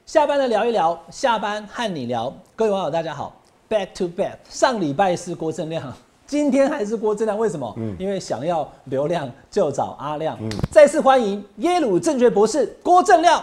下班了聊一聊，下班和你聊。各位网友大家好 ，Back to back。上礼拜是郭正亮，今天还是郭正亮，为什么？因为想要流量就找阿亮。再次欢迎耶鲁政学博士郭正亮。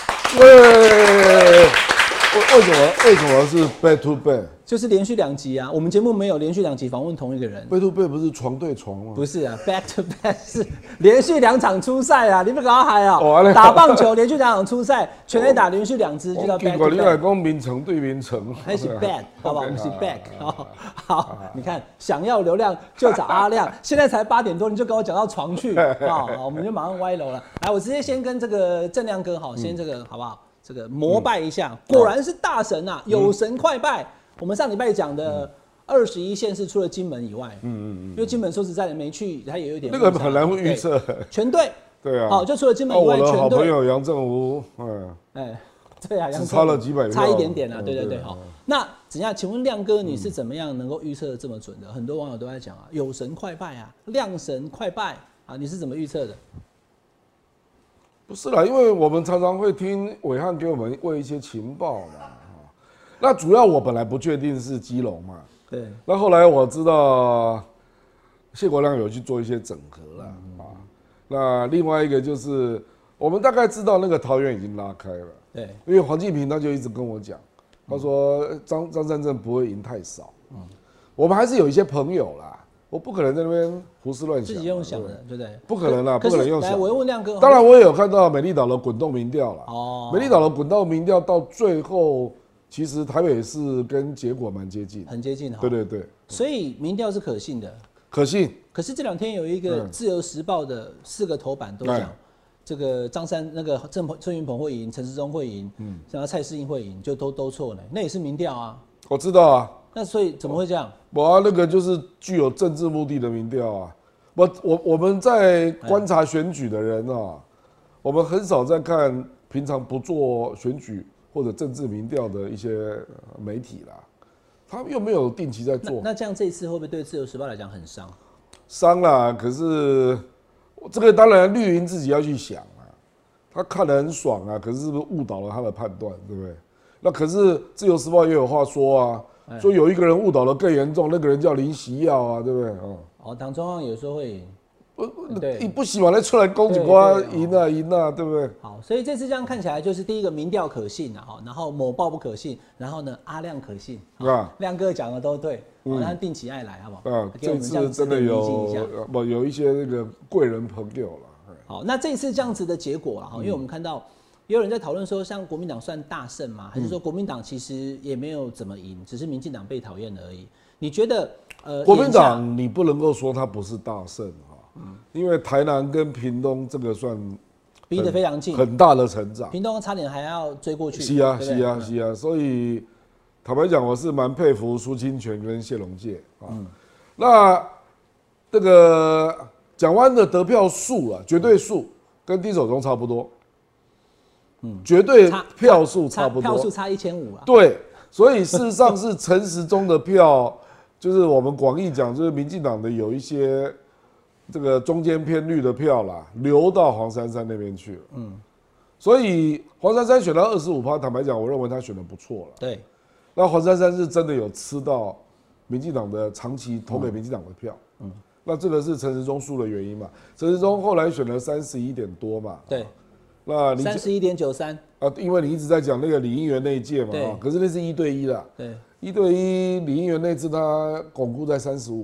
为什么是 back to back？ 就是连续2集啊，我们节目没有连续2集访问同一个人。 back to back 不是床对床吗？ 不是啊 ，back to back 是连续2场出赛啊！你们搞嗨啊！ 哦打棒球连续2场出赛，全垒打连续2支就叫 back to 你来 back。 讲名城对名城， 还是 back， 好不好？我们是 back。好，你看，想要流量就找阿亮。现在才8点多，你就跟我讲到床去啊！我们就马上歪楼了。来，我直接先跟这个正亮哥先这个好不好？这个膜拜一下，果然是大神啊！有神快拜。我们上礼拜讲的21县市除了金门以外，因为金门说实在的没去，它也有一点那个很难预测。 全对， 对啊， 好，就除了金门以外， 我的好全对。 朋友杨正武， 对啊， 只差了几百票， 差一点点啊，对，好。那怎样？请问亮哥，你是怎么样能够预测的这么准的？很多网友都在讲啊，有神快拜啊，亮神快拜啊，你是怎么预测的？ 不是啦，因为我们常常会听伟汉给我们喂一些情报嘛。那主要我本来不确定是基隆嘛， 对。 那后来我知道谢国亮有去做一些整合了啊。那另外一个就是我们大概知道那个桃园已经拉开了， 对。 因为黄继平他就一直跟我讲，他说张善政不会赢太少，我们还是有一些朋友啦。我不可能在那边胡思乱想， 自己用想的，对不对？ 不可能啦，不可能用想。 来，我问亮哥， 当然我也有看到美丽岛的滚动民调了。 哦， 美丽岛的滚动民调到最后，其实台北市跟结果蛮接近， 很接近哈。 对。 所以民调是可信的， 可信。 可是这2天有一个《自由时报》的4个头版都讲，这个那个郑云鹏会赢，陈时中会赢，然后蔡适应会赢，就都错了，那也是民调啊。 我知道啊。 那所以怎么会这样？ 那个就是具有政治目的的民调啊。我们在观察选举的人啊，我们很少在看平常不做选举或者政治民调的一些媒体啦，他们又没有定期在做。 那这样这一次会不会对《自由时报》来讲很伤？ 伤啦，可是这个当然绿营自己要去想啊，他看得很爽啊，可是是不是误导了他的判断，对不对？那可是《自由时报》也有话说啊。说有一个人误导的更严重，那个人叫林习耀啊，对不对？ 党中央有时候会赢， 你不喜欢再出来攻击瓜赢啊，对不对？ 好，所以这次这样看起来，就是第一个民调可信啊，然后某报不可信，然后呢阿亮可信，亮哥讲的都对，他定期爱来，好不好？ 这次真的有一些那个贵人朋友了。 好，那这一次这样子的结果啊，因为我们看到。也有人在讨论说，像国民党算大胜吗？还是说国民党其实也没有怎么赢，只是民进党被讨厌而已？你觉得国民党你不能够说它不是大胜哈，因为台南跟屏东这个算逼得非常近， 很大的成长， 屏东差点还要追过去。 是啊，所以坦白讲，我是蛮佩服苏清泉跟谢龙介啊。那这个蒋万的得票数啊，绝对数跟丁守中差不多。绝对票数差不多， 票数差1500啊。 对，所以事实上是陈时中的票，就是我们广义讲，就是民进党的有一些这个中间偏绿的票啦，流到黄珊珊那边去了。所以黄珊珊选到25%，坦白讲，我认为他选的不错了。 对， 那黄珊珊是真的有吃到民进党的长期投给民进党的票。那这个是陈时中输的原因嘛？陈时中后来选了31点多嘛。 对。 那 31.93 啊，因为你一直在讲那个李英元那一届嘛，可是那是1对1啦， 对 ，1对1，李英元那次他巩固在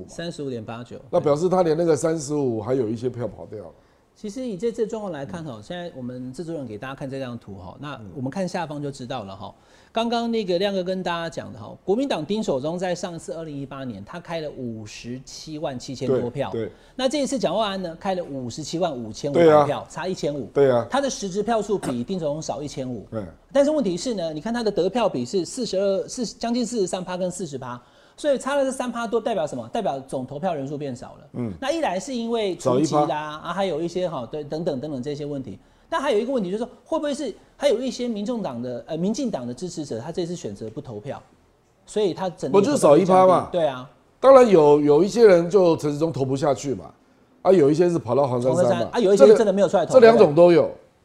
35.89， 那表示他连那个35还有一些票跑掉了。 其实以这次状况来看哈，现在我们制作人给大家看这张图哈，那我们看下方就知道了哈。刚刚那个亮哥跟大家讲的哈，国民党丁守中在上次2018年他开了577000多票， 对， 那这一次蒋万安呢开了575500票，差1500， 对啊， 他的实质票数比丁守中少1500， 对， 但是问题是呢，你看他的得票比是将近43%跟40%。所以差了这3%多，代表什么？代表总投票人数变少了。那一来是因为除籍啦，还有一些对等等这些问题。但还有一个问题就是说，会不会是还有一些民进党的支持者，他这次选择不投票，所以他整不就是少1%嘛？ 对啊， 当然有一些人就陈时中投不下去嘛，有一些是跑到黄珊珊嘛， 有一些真的没有出来投， 这2种都有。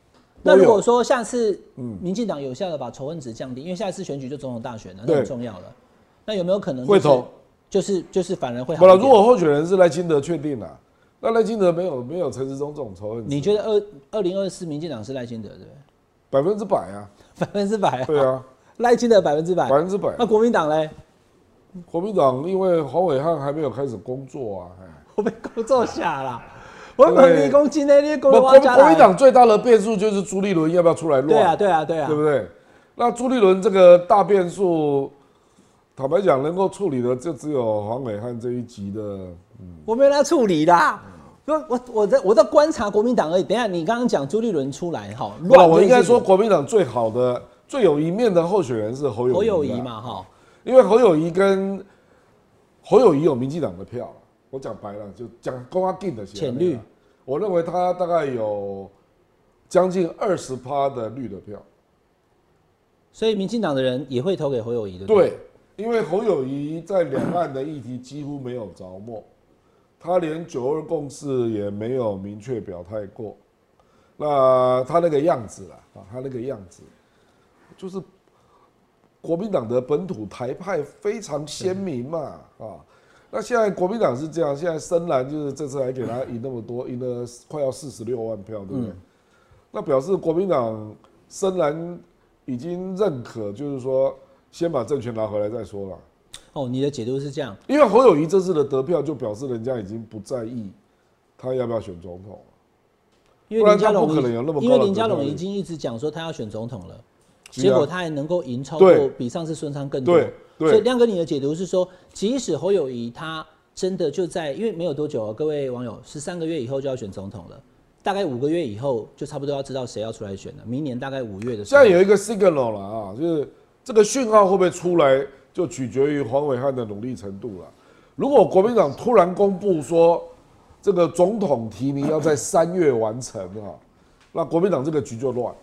那如果说下次民进党有效的把仇恨值降低，因为下一次选举就总统大选了，那很重要了。那有没有可能、就是、 会投？ 就是反而会好不了。如果候选人是赖清德确定了，那赖清德没有陈时中这种仇恨值。 你觉得2024民进党是赖清德对不对 ？100%啊 ，100%啊。 对啊， 赖清德100%。 100%。 那国民党嘞？ 国民党因为黄伟汉还没有开始工作啊， 我被工作下啦。我问你讲今天你讲国民党最大的变数就是朱立伦要不要出来乱？ 对啊， 对不对？那朱立伦这个大变数，坦白讲，能够处理的就只有黄伟汉这一级的。 我没有来处理啦。我在观察国民党而已。等一下，你刚刚讲朱立伦出来哈， 我应该说国民党最好的、最有一面的候选人是侯友宜嘛哈。 因为侯友宜有民进党的票，我讲白了就讲公他定的浅绿， 我认为他大概有将近20%的绿的票， 所以民进党的人也会投给侯友宜的。 对，因为侯友宜在两岸的议题几乎没有着墨，他连9·2共识也没有明确表态过，那他那个样子啦，他那个样子就是。国民党的本土台派非常鲜明嘛，那现在国民党是这样，现在深蓝就是这次还给他赢那么多，赢了快要46万票，对不对？那表示国民党深蓝已经认可，就是说先把政权拿回来再说了。 哦，你的解读是这样， 因为侯友宜这次的得票就表示人家已经不在意他要不要选总统了， 不然他不可能有那么高的得票率。 因为林佳龙已经一直讲说他要选总统了。结果他还能够赢超过比上次孙昌更多，所以亮哥你的解读是说，即使侯友宜他真的就在，因为没有多久各位网友13个月以后就要选总统了，大概5个月以后就差不多要知道谁要出来选了，明年大概5月的时候。 现在有一个 signal 了啊，就是这个讯号会不会出来，就取决于黄伟汉的努力程度了。如果国民党突然公布说这个总统提名要在3月完成啊，那国民党这个局就乱。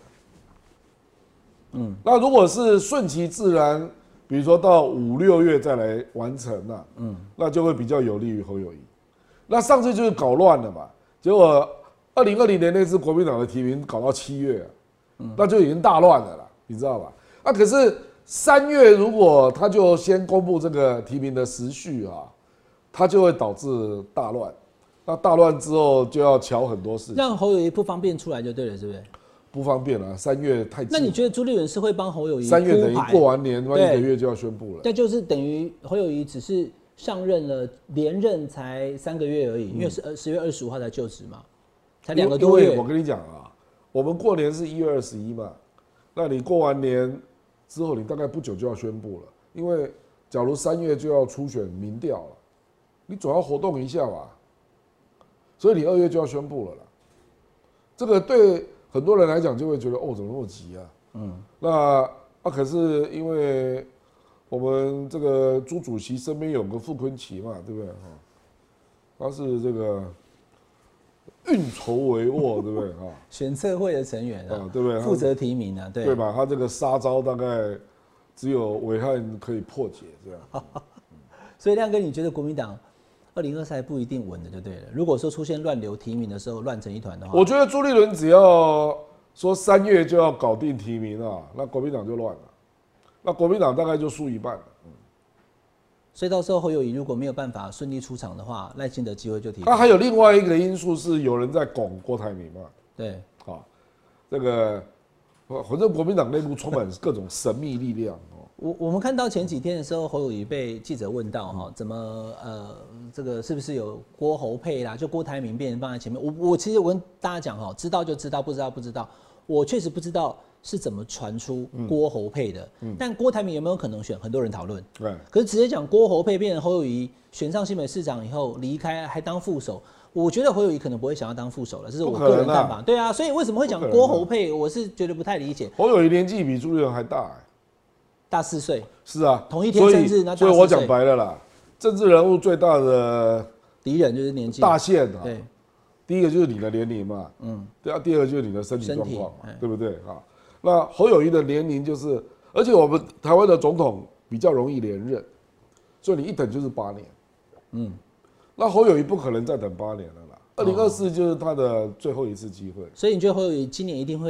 那如果是顺其自然，比如说到5、6月再来完成啊，那就会比较有利于侯友宜。那上次就是搞乱了嘛，结果2020年那次国民党的提名搞到7月，那就已经大乱了啦，你知道吧？啊，可是3月如果他就先公布这个提名的时序啊，他就会导致大乱。那大乱之后就要瞧很多事情， 让侯友宜不方便出来就对了，是不是？ 不方便了，3月太近。 那你觉得朱立伦是会帮侯友宜 ？3月等于过完年，1个月就要宣布了。 那就是等于侯友宜只是上任了，连任才3个月而已，因为是10月25号才就职嘛，才2个多月。 我跟你讲啊，我们过年是1月21嘛，那你过完年之后，你大概不久就要宣布了，因为假如3月就要初选民调了，你总要活动一下吧，所以你2月就要宣布了啦。这个对很多人来讲就会觉得哦，怎么那么急啊？可是因为我们这个朱主席身边有个傅昆萁嘛，对不对？他是这个运筹帷幄，对不对？ 选策会的成员啊， 对不对？ 负责提名啊， 对吧？他这个杀招大概只有伟汉可以破解，这样。 所以亮哥，你觉得国民党2024还不一定稳的就对了。如果说出现乱流提名的时候乱成一团的话， 我觉得朱立伦只要说3月就要搞定提名啊，那国民党就乱了，那国民党大概就输一半了。 所以到时候侯友宜如果没有办法顺利出场的话，赖清德机会就提高。 他还有另外一个因素是有人在拱郭台铭嘛？ 对， 这个反正国民党内部充满各种神秘力量。 我们看到前几天的时候，侯友宜被记者问到怎么这个是不是有郭侯配啦？就郭台铭变成放在前面。我其实我跟大家讲知道就知道，不知道不知道。我确实不知道是怎么传出郭侯配的，但郭台铭有没有可能选？很多人讨论。 对。 可是直接讲郭侯配变成侯友宜选上新北市长以后离开还当副手，我觉得侯友宜可能不会想要当副手了，这是我个人看法。对啊，所以为什么会讲郭侯配，我是觉得不太理解。 侯友宜年纪比朱立伦还大大4岁。 是啊， 同一天生日，那所以我讲白了啦，政治人物最大的敌人就是年纪大限啊。 对， 第一个就是你的年龄嘛，对啊，第二个就是你的身体状况嘛，对不对啊？那侯友宜的年龄就是，而且我们台湾的总统比较容易连任，所以你一等就是8年，那侯友宜不可能再等8年了啦，2024就是他的最后一次机会。 所以你觉得侯友宜今年一定会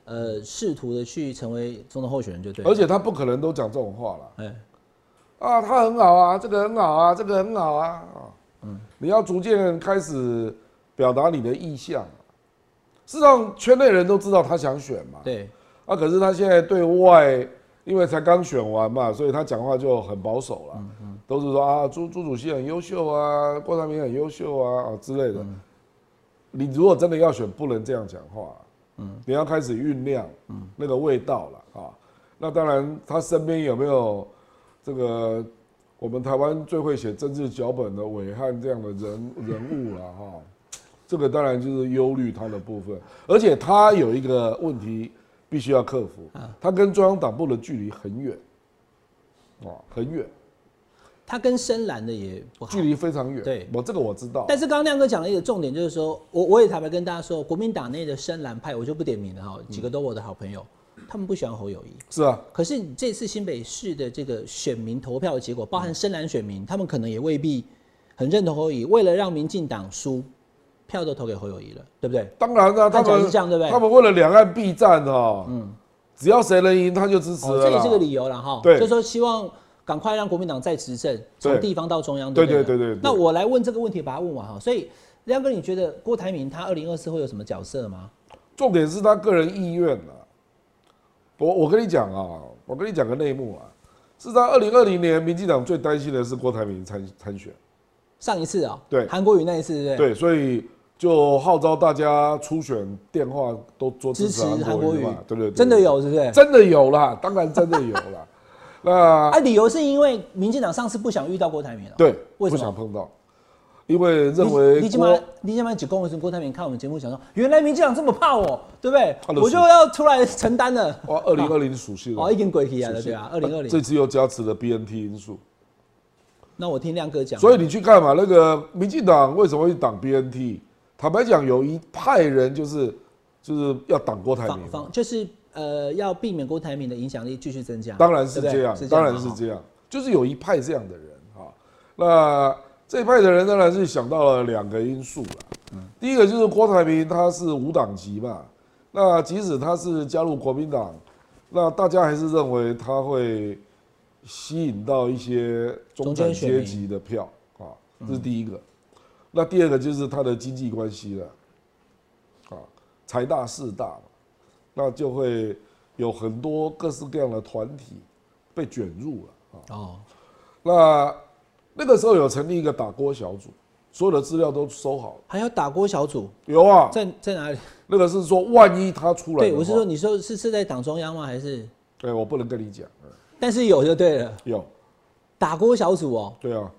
试图的去成为总统候选人就对了。 而且他不可能都讲这种话了。 哎， 他很好啊，这个很好啊，这个很好啊。你要逐渐开始表达你的意向。事实上，圈内人都知道他想选嘛。 对。 可是他现在对外，因为才刚选完嘛，所以他讲话就很保守了。都是说朱主席很优秀啊，郭台铭很优秀啊之类的。你如果真的要选，不能这样讲话。你要开始酝酿那个味道了啊。那当然，他身边有没有这个我们台湾最会写政治脚本的伟汉这样的人物了哈？这个当然就是忧虑他的部分，而且他有一个问题必须要克服，他跟中央党部的距离很远，很远。 他跟深蓝的也不好， 距离非常远。 对， 这个我知道。 但是刚刚亮哥讲了一个重点，就是说我也坦白跟大家说，国民党内的深蓝派，我就不点名了哈，几个都我的好朋友，他们不喜欢侯友宜。 是啊。 可是你这次新北市的这个选民投票的结果，包含深蓝选民，他们可能也未必很认同侯友宜，为了让民进党输，票都投给侯友宜了，对不对？ 当然了，他们是这样，对不对？ 他们为了两岸避战只要谁能赢，他就支持了。 这也是个理由了哈。 对， 就说希望赶快让国民党再执政，从地方到中央。对。那我来问这个问题，把它问完哈。所以亮哥，你觉得郭台铭他2024会有什么角色吗？ 重点是他个人意愿啊。我跟你讲啊，我跟你讲个内幕啊，是在2020年，民进党最担心的是郭台铭参选。 上一次啊， 对， 韩国瑜那一次，对不对？ 对，所以就号召大家初选电话都做支持韩国瑜嘛，对， 真的有是不是？ 真的有啦，当然真的有啦。那理由是因为民进党上次不想遇到郭台铭了， 对， 为什么不想碰到？因为认为你起码只公的是郭台铭看我们节目想说，原来民进党这么怕我，对不对？我就要出来承担了。 2020属性已经鬼起来了，对啊，2020 这次又加持了 BNT 因素。 那我听亮哥讲， 所以你去看嘛，那个民进党为什么会挡 BNT？ 坦白讲，有一派人就是要挡郭台铭， 就是要避免郭台铭的影响力继续增加。 当然是这样，当然是这样，就是有一派这样的人啊。那这一派的人当然是想到了2个因素了。第一个就是郭台铭他是无党籍嘛，那即使他是加入国民党，那大家还是认为他会吸引到一些中产阶级的票啊，这是第一个。那第二个就是他的经济关系了，财大势大嘛，那就会有很多各式各样的团体被卷入了那个时候有成立一个打锅小组，所有的资料都收好了。 还有打锅小组？ 有啊， 在哪里？ 那个是说万一他出来的话， 对，我是说，你说是在党中央吗？还是？ 对，我不能跟你讲。 但是有就对了。 有打锅小组哦。 对啊。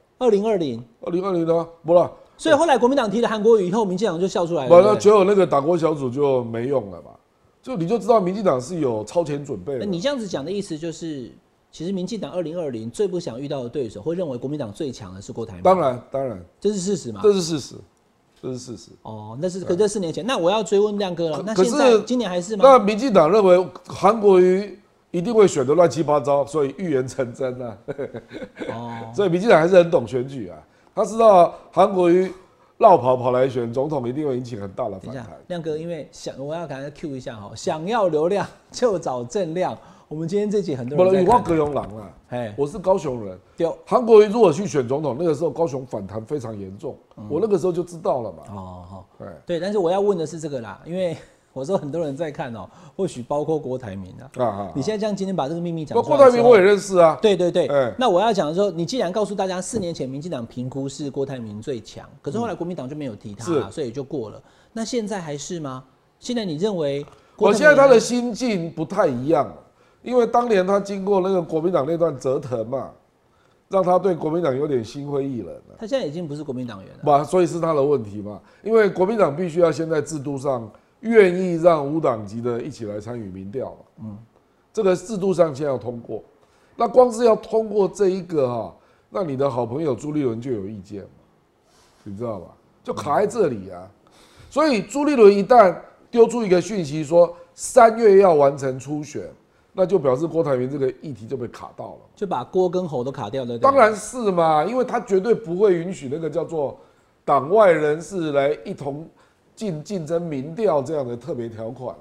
2020 呢？不了。 所以后来国民党提了韩国瑜以后，民进党就笑出来了。 不，那只有那个打锅小组就没用了嘛？你就知道民进党是有超前准备的。 你这样子讲的意思就是，其实民进党2020最不想遇到的对手，会认为国民党最强的是郭台铭。 当然， 这是事实嘛？ 这是事实。 可这4年前，那我要追问亮哥了。那现在今年还是吗？ 那民进党认为韩国瑜一定会选得乱七八糟，所以预言成真啊。所以民进党还是很懂选举啊，他知道韩国瑜绕跑来选总统，一定会引起很大的反弹。 亮哥，因为我要赶快 Q 一下哈，想要流量就找正亮。我们今天这集很多人在看。 我高雄人啦，我是高雄人。 对， 韩国瑜如果去选总统，那个时候高雄反弹非常严重，我那个时候就知道了嘛。 对，但是我要问的是这个啦，因为我说很多人在看或许包括郭台铭啊。你现在这样今天把这个秘密讲出来， 郭台铭我也认识啊。 对。那我要讲的说，你既然告诉大家4年前民进党评估是郭台铭最强，可是后来国民党就没有提他，所以就过了。那现在还是吗？现在你认为？ 我现在他的心境不太一样。因为当年他经过那个国民党那段折腾嘛，让他对国民党有点心灰意冷了。 他现在已经不是国民党员了， 所以是他的问题嘛。因为国民党必须要先在制度上愿意让无党籍的一起来参与民调，这个制度上先要通过。那光是要通过这一个那你的好朋友朱立伦就有意见嘛，你知道吧？就卡在这里啊。所以朱立伦一旦丢出一个讯息说3月要完成初选，那就表示郭台铭这个议题就被卡到了， 就把郭跟侯都卡掉了。 当然是嘛，因为他绝对不会允许那个叫做党外人士来一同竞争民调这样的特别条款嘛，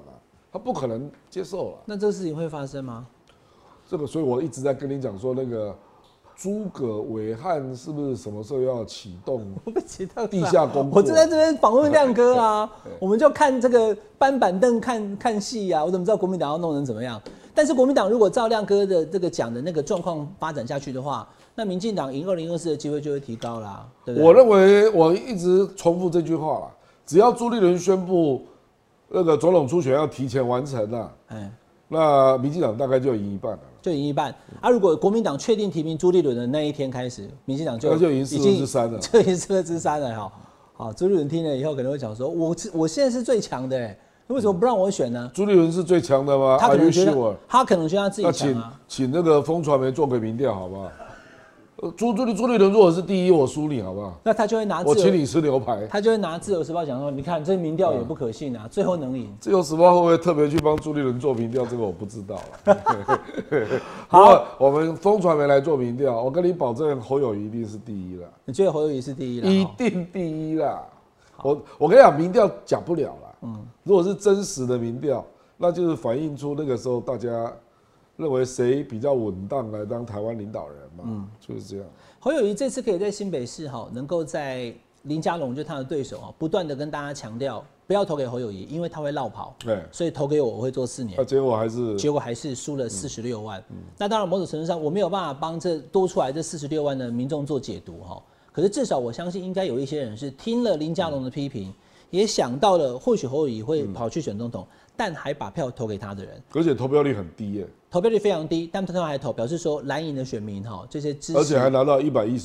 他不可能接受了。 那这个事情会发生吗？ 这个，所以我一直在跟你讲说，那个诸葛伟汉是不是什么时候要启动地下工作？ 我就在这边访问亮哥啊，我们就看这个搬板凳看戏啊，我怎么知道国民党要弄成怎么样？但是国民党如果照亮哥的这个讲的那个状况发展下去的话，那民进党赢2024的机会就会提高啦，对不对？ 我认为我一直重复这句话啦，只要朱立伦宣布那个总统初选要提前完成了，那民进党大概就赢一半了。 就赢一半啊！如果国民党确定提名朱立伦的那一天开始，民进党就赢4分之3了， 就赢4分之3了哈。好，朱立伦听了以后可能会讲说，我现在是最强的哎，为什么不让我选呢？ 朱立伦是最强的吗？ 他可能觉得他自己强啊。 请那个风传媒做个民调好不好？朱立伦如果是第一，我输你好不好？ 那他就会拿我请你吃牛排， 他就会拿自由时报讲说，你看这民调也不可信啊，最后能赢。 自由时报会不会特别去帮朱立伦做民调？这个我不知道了。好，我们风传媒来做民调，我跟你保证，侯友宜一定是第一了。 你觉得侯友宜是第一了？ 一定第一啦！我跟你讲，民调讲不了啦。如果是真实的民调，那就是反映出那个时候大家认为谁比较稳当来当台湾领导人嘛，就是这样。 侯友宜这次可以在新北市能够在林佳龙就他的对手不断的跟大家强调，不要投给侯友宜，因为他会落跑，所以投给我会做4年。结果还是输了46万。那当然某种程度上我没有办法帮这多出来这46万的民众做解读可是至少我相信应该有一些人是听了林佳龙的批评，也想到了或许侯友宜会跑去选总统，但还把票投给他的人， 而且投票率很低耶。 投票率非常低，但他还投，表示说蓝营的选民这些支持， 而且还拿到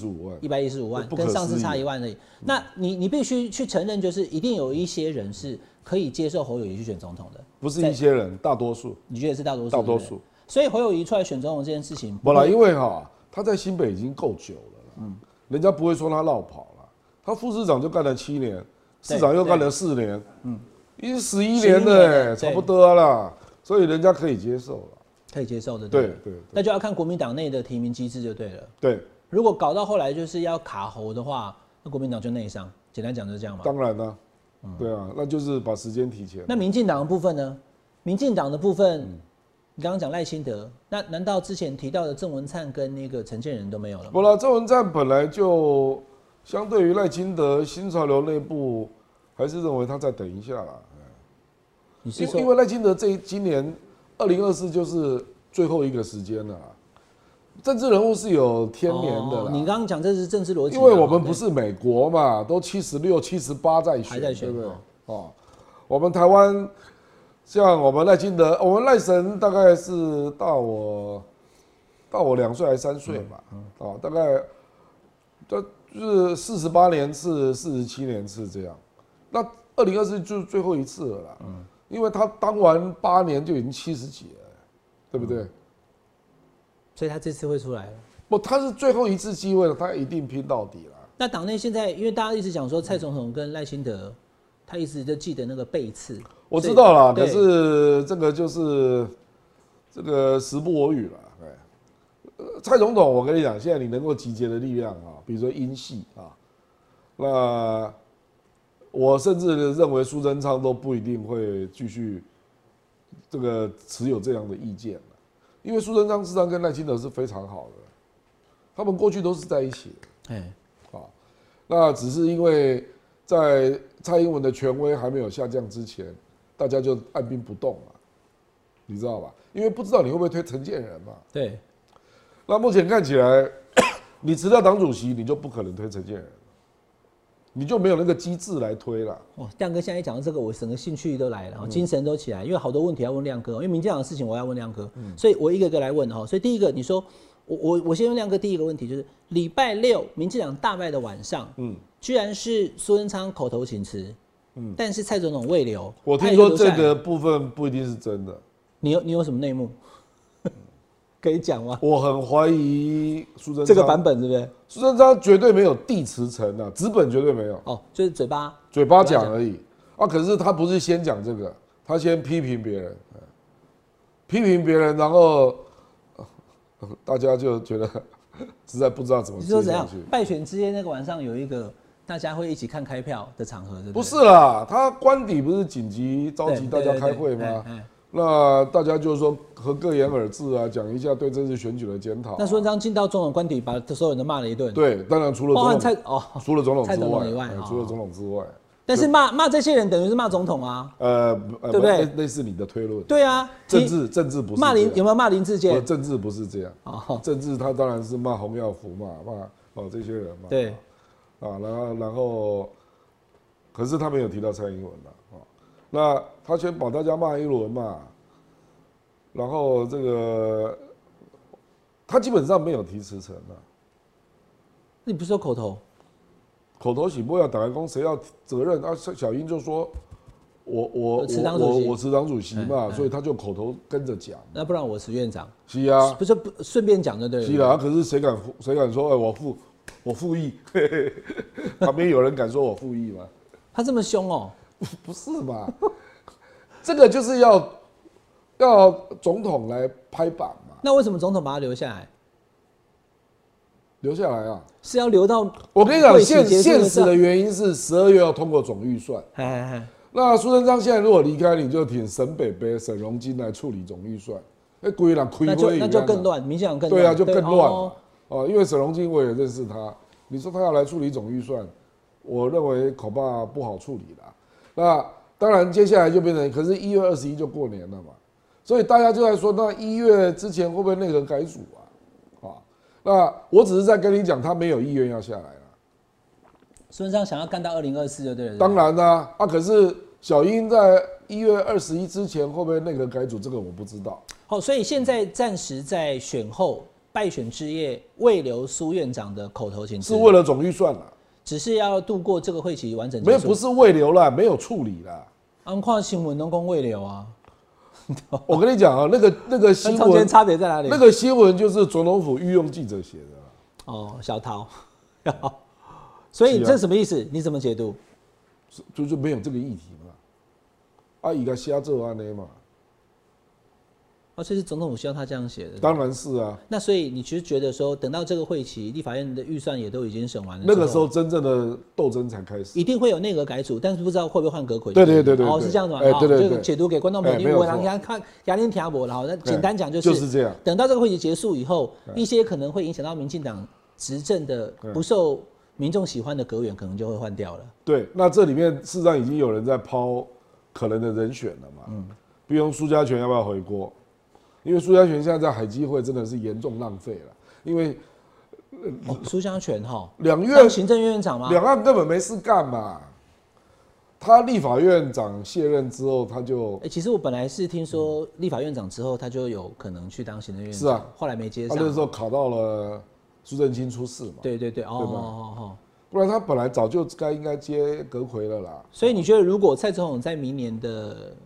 115万， 跟上次差1万而已。那你必须去承认，就是一定有一些人是可以接受侯友宜去选总统的， 不是一些人，大多数。 你觉得是大多数？ 大多数。 所以侯友宜出来选总统这件事情， 不啦，因为他在新北已经够久了，人家不会说他落跑了。他副市长就干了7年，市长又干了4年，已经11年了，差不多啦，所以人家可以接受了。 可以接受的， 对， 那就要看国民党内的提名机制就对了。 对， 如果搞到后来就是要卡侯的话，那国民党就内伤。简单讲就是这样嘛。 当然啦，对啊，那就是把时间提前。 那民进党的部分呢？民进党的部分，你刚刚讲赖清德，那难道之前提到的郑文灿跟那个陈建仁都没有了吗？ 不啦，郑文灿本来就相对于赖清德新潮流内部，还是认为他再等一下啦。 你是说因为赖清德今年2024就是最后一个时间了，政治人物是有天年的啦。 你刚刚讲这是政治逻辑， 因为我们不是美国嘛，都76、78在选， 还在选， 对不对？我们台湾像我们赖清德，我们赖神大概是大我2岁还是3岁嘛，大概就是48年次、47年次这样。那2024就是最后一次了啦，因为他当完8年就已经70几了，对不对？ 所以他这次会出来了。 不，他是最后一次机会了，他一定拼到底了。 那党内现在，因为大家一直讲说蔡总统跟赖清德，他一直就记得那个背刺。 我知道啦，可是这个就是这个时不我与了。蔡总统，我跟你讲，现在你能够集结的力量比如说英系那我甚至认为苏贞昌都不一定会继续这个持有这样的意见了，因为苏贞昌事实上跟赖清德是非常好的，他们过去都是在一起的。那只是因为在蔡英文的权威还没有下降之前，大家就按兵不动嘛，你知道吧？因为不知道你会不会推陈建仁嘛。 对。 那目前看起来，你辞掉党主席，你就不可能推陈建仁，你就没有那个机制来推了。 亮哥现在一讲到这个，我整个兴趣都来了，精神都起来，因为好多问题要问亮哥，因为民进党的事情我要问亮哥，所以我一个个来问哈。所以第一个，你说我先问亮哥第一个问题，就是礼拜6民进党大败的晚上，居然是苏贞昌口头请辞，但是蔡总统未留。 我听说这个部分不一定是真的， 你有什么内幕？可以讲吗？ 我很怀疑苏贞昌这个版本是不是？ 苏贞昌绝对没有递辞呈啊，纸本绝对没有。 就是嘴巴讲而已啊。可是他不是先讲这个，他先批评别人，然后大家就觉得实在不知道怎么接下去。 你说怎样？败选之夜那个晚上有一个大家会一起看开票的场合，对不对？ 不是啦，他官邸不是紧急召集大家开会吗？ 那大家就是说和各言而至啊，讲一下对这次选举的检讨。 那苏文昌进到总统官邸，把所有人都骂了一顿。 对，当然除了包含除了总统蔡之外， 总统以外， 除了总统之外。 但是骂这些人等于是骂总统啊，对不对？ 类似你的推论。 对啊， 政治不是骂有没有骂林智坚？ 政治不是这样。政治他当然是骂洪耀福嘛，骂这些人嘛。 对。 然后，可是他没有提到蔡英文了。那他先把大家骂一轮嘛，然后这个他基本上没有提辞呈啊。 你不是说口头？ 口头起不要打开公，谁要责任？小英就说我持党主席嘛，所以他就口头跟着讲。 那不然我是院长。 是啊， 不是顺便讲就对了。 是啊，可是谁敢说我复议？旁边有人敢说我复议吗？ 他这么凶哦？ 不是吧？这个就是要总统来拍板嘛。 那为什么总统把他留下来？ 留下来啊， 是要留到我跟你讲，现实的原因是12月要通过总预算。那苏贞昌现在如果离开，你就挺沈北北、沈荣金来处理总预算，归人开会那就更乱，民进党更乱。 对啊，就更乱嘛。因为沈荣金我也认识他，你说他要来处理总预算，我认为恐怕不好处理啦。那当然接下来就变成，可是1月21就过年了嘛，所以大家就在说，那1月之前会不会内阁改组啊？那我只是在跟你讲，他没有意愿要下来了。 孙中山想要干到2024就对了。 当然啦，可是小英在1月21之前会不会内阁改组，这个我不知道。 好，所以现在暂时在选后败选之夜未留苏院长的口头请辞， 是为了总预算啦， 只是要度过这个会期完整结束。 没有，不是未留啦，没有处理啦。 安看新闻都讲未留啊。 我跟你讲啊，那个新闻中间差别在哪里？ 那个新闻就是总统府御用记者写的。 小桃，所以这什么意思？你怎么解读？ 就是没有这个议题嘛，伊个瞎做安尼嘛。 所以是总统府希望他这样写的。 当然是啊。 那所以你其实觉得说，等到这个会期，立法院的预算也都已经审完了， 那个时候真正的斗争才开始。 一定会有内阁改组，但是不知道会不会换阁揆。 对，是这样子嘛？就解读给观众朋友，因为我让看亚林听不了。那简单讲就是这样。 等到这个会期结束以后，一些可能会影响到民进党执政的不受民众喜欢的阁员，可能就会换掉了。 对，那这里面事实上已经有人在抛可能的人选了嘛。比如苏家全要不要回锅？因为苏家全现在在海基会真的是严重浪费了，因为苏家全 2月当行政院长吗？ 两岸根本没事干嘛。他立法院长卸任之后，他就其实我本来是听说立法院长之后，他就有可能去当行政院长， 是啊， 后来没接上。 他那时候考到了苏正清出事嘛， 对， 不然他本来早就应该接阁揆了啦。 所以你觉得，如果蔡总统在明年的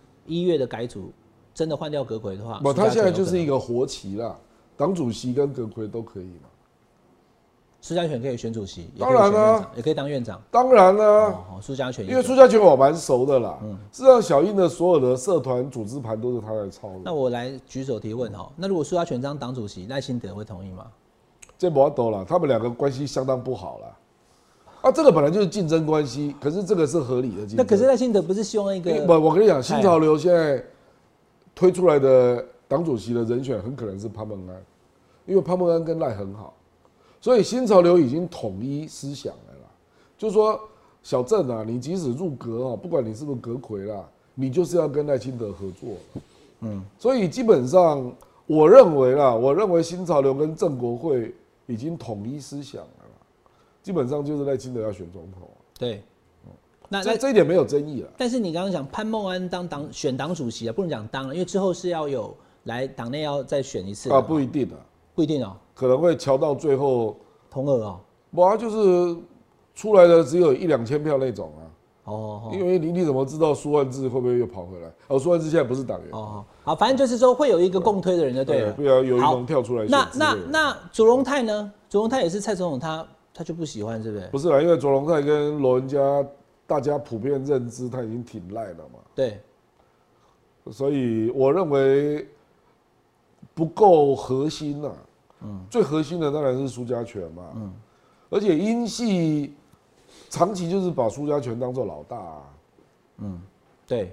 1月的改组真的换掉阁揆的话， 他现在就是一个活棋啦，党主席跟阁揆都可以嘛。 苏家全可以选主席， 当然啦， 也可以当院长。 当然啦， 苏家全， 因为苏家全我蛮熟的啦。事实上，小英的所有的社团组织盘都是他在操的。 那我来举手提问那如果苏家全当党主席，赖清德会同意吗？ 这不要多了，他们两个关系相当不好啦。这个本来就是竞争关系，可是这个是合理的竞争。 那可是赖清德不是希望一个？ 我跟你讲，新潮流现在推出来的党主席的人选很可能是潘孟安，因为潘孟安跟赖很好。所以新潮流已经统一思想了啦，就是说小郑啊，你即使入阁不管你是不是阁揆啦，你就是要跟赖清德合作。所以基本上我认为新潮流跟郑国会已经统一思想了啦，基本上就是赖清德要选总统。 对， 那这一点没有争议了。 但是你刚刚讲潘孟安选党主席不能讲当了，因为之后是要有来党内要再选一次不一定啊， 不一定可能会瞧到最后同额他就是出来的只有1-2千票那种因为你怎么知道苏万智会不会又跑回来？苏万智现在不是党员好，反正就是说会有一个共推的人就对了。 对啊，有一龙跳出来选。 那卓荣泰呢？卓荣泰也是蔡总统他就不喜欢，是不是？ 不是啦，因为卓荣泰跟罗文嘉大家普遍认知他已经挺赖了嘛。 对， 所以我认为不够核心最核心的当然是苏家全嘛。而且英系长期就是把苏家全当做老大对，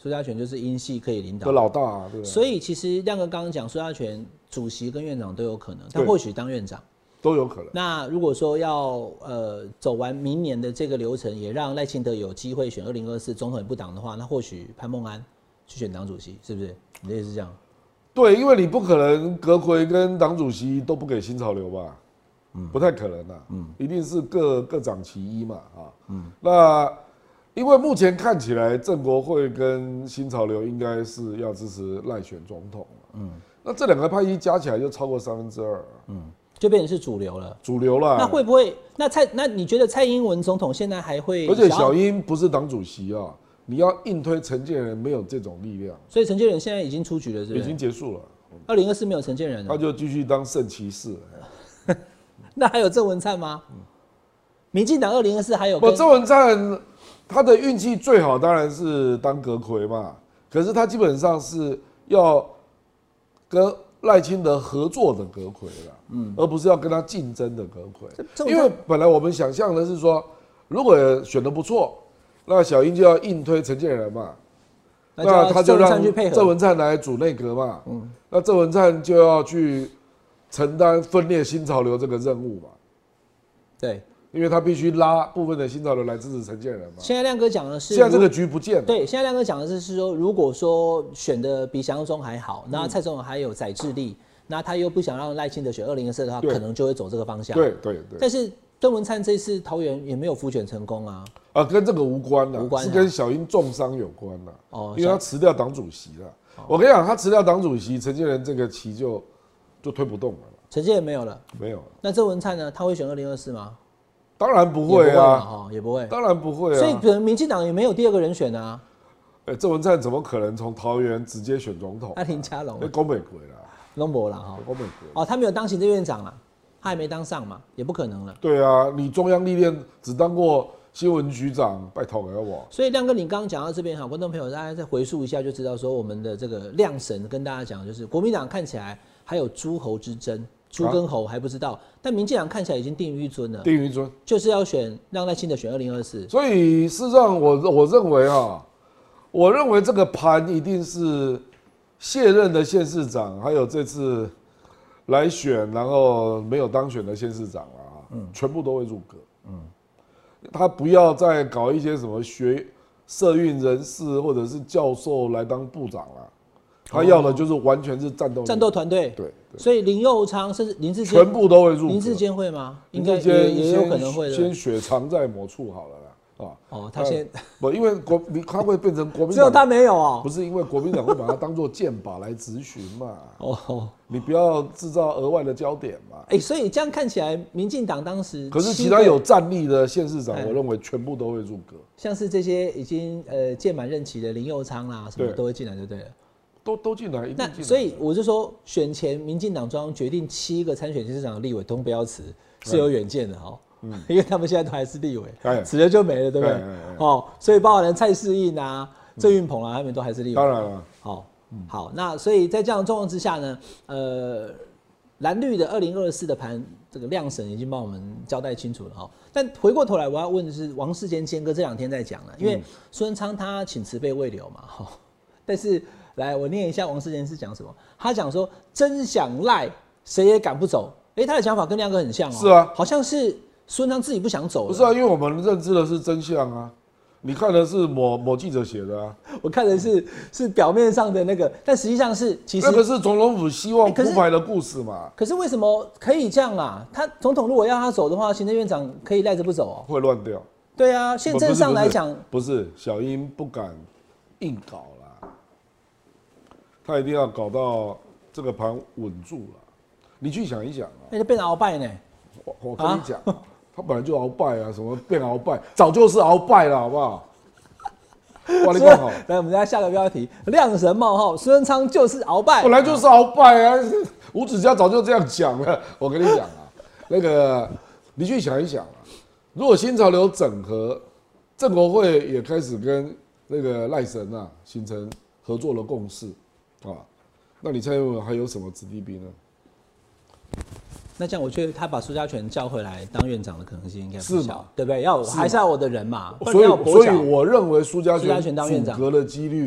苏家全就是英系可以领导的老大啊，对。 所以其实亮哥刚刚讲，苏家全主席跟院长都有可能，他或许当院长都有可能。 那如果说要走完明年的这个流程，也让赖清德有机会选2024总统也不党的话，那或许潘孟安去选党主席，是不是？你的意思是这样？对， 因为你不可能阁揆跟党主席都不给新潮流吧？不太可能啊。一定是各掌其一嘛啊。那因为目前看起来郑国会跟新潮流应该是要支持赖选总统。那这两个派系加起来就超过2/3。 就变成是主流了。 主流了。 那会不会？那你觉得蔡英文总统现在还会？ 而且小英不是党主席啊。你要硬推陈建仁，没有这种力量， 所以陈建仁现在已经出局了，是不是？ 已经结束了。 2024没有陈建仁了， 他就继续当圣骑士。 那还有郑文灿吗？民进党2024还有不？郑文灿他的运气最好当然是当阁揆嘛，可是他基本上是要跟赖清德合作的阁揆啦，而不是要跟他竞争的阁揆。因为本来我们想象的是说，如果选得不错。那小英就要硬推陈建仁嘛，那他就让郑文灿来主内阁嘛，那郑文灿就要去承担分裂新潮流这个任务嘛， 对， 因为他必须拉部分的新潮流来支持陈建仁嘛。 现在亮哥讲的是， 现在这个局不见了。 对，现在亮哥讲的是说，如果说选的比想象中还好，那蔡总统还有宰制力，那他又不想让赖清德选2024的话，可能就会走这个方向。 对。 但是郑文灿这次桃园也没有辅选成功啊。 跟这个无关啦，是跟小英重伤有关啦。因为他辞掉党主席了。我跟你讲，他辞掉党主席，陈建仁这个旗就推不动了。 陈建仁没有了， 没有了。 那郑文灿呢？他会选2024吗？ 当然不会啊， 也不会， 当然不会啊。 所以可能民进党也没有第二个人选啊。 郑文灿怎么可能从桃园直接选总统？ 那林佳龙， 那郭美贵啦， 龙博啦哈， 郭美贵他没有当行政院长啦，他还没当上嘛，也不可能了。 对啊，你中央历练只当过新闻局长，拜托给我。 所以亮哥，你刚刚讲到这边，好，观众朋友大家再回溯一下就知道，说我们的这个亮神跟大家讲，就是国民党看起来还有诸侯之争，猪跟猴还不知道，但民进党看起来已经定于一尊了。 定于一尊， 就是要让赖清德选2024。 所以事实上我认为我认为这个盘一定是卸任的县市长，还有这次来选然后没有当选的县市长全部都会入阁。他不要再搞一些什么社运人士或者是教授来当部长了，他要的就是完全是战斗团队。对， 所以林佑昌甚至林志坚全部都会入阁。 林志坚会吗？应该也有可能会的。 先雪藏在某处好了啦。 他先不，因为他会变成国民党， 只有他没有哦。 不是因为国民党会把他当做箭靶来质询嘛？你不要制造额外的焦点嘛。 所以这样看起来，民进党当时可是其他有战力的县市长，我认为全部都会入阁。 像是这些已经届满任期的林佑昌啦，什么都会进来，就对了。 都进来，一定进来。 那所以我就说，选前民进党中央决定7个参选县市长的立委通标辞是有远见的因为他们现在都还是立委，辞了就没了，对不对？所以包含了蔡适应啊、郑运鹏啊，他们都还是立委。 当然了。 好，那所以在这样的状况之下呢，蓝绿的2024的盘，这个亮神已经帮我们交代清楚了但回过头来，我要问的是，王世坚坚哥这2天在讲了，因为苏贞昌他请辞被未留嘛，但是来我念一下王世坚是讲什么，他讲说真想赖，谁也赶不走。他的讲法跟亮哥很像是啊， 好像是苏贞昌自己不想走。 不是啊，因为我们认知的是真相啊。你看的是某记者写的啊， 我看的是表面上的那个，但实际上是其实那个是总统府希望铺排的故事嘛。 可是为什么可以这样啊？他总统如果要他走的话，行政院长可以赖着不走会乱掉。 对啊，宪政上来讲， 不是小英不敢硬搞啦，他一定要搞到这个盘稳住了。你去想一想那就变成鳌拜呢。 我跟你讲。他本来就鳌拜啊，什么变鳌拜，早就是鳌拜了，好不好？哇，你看好。 来，我们再下个标题：亮神冒号，苏贞昌就是鳌拜， 本来就是鳌拜啊！吴子嘉早就这样讲了。我跟你讲那个你去想一想如果新潮流整合，郑国会也开始跟那个赖神形成合作的共识那你蔡英文还有什么子弟兵呢？ 那这样，我觉得他把苏家全叫回来当院长的可能性应该不小，对不对？还是要我的人嘛。 所以我认为苏家全当院长，阻隔的几率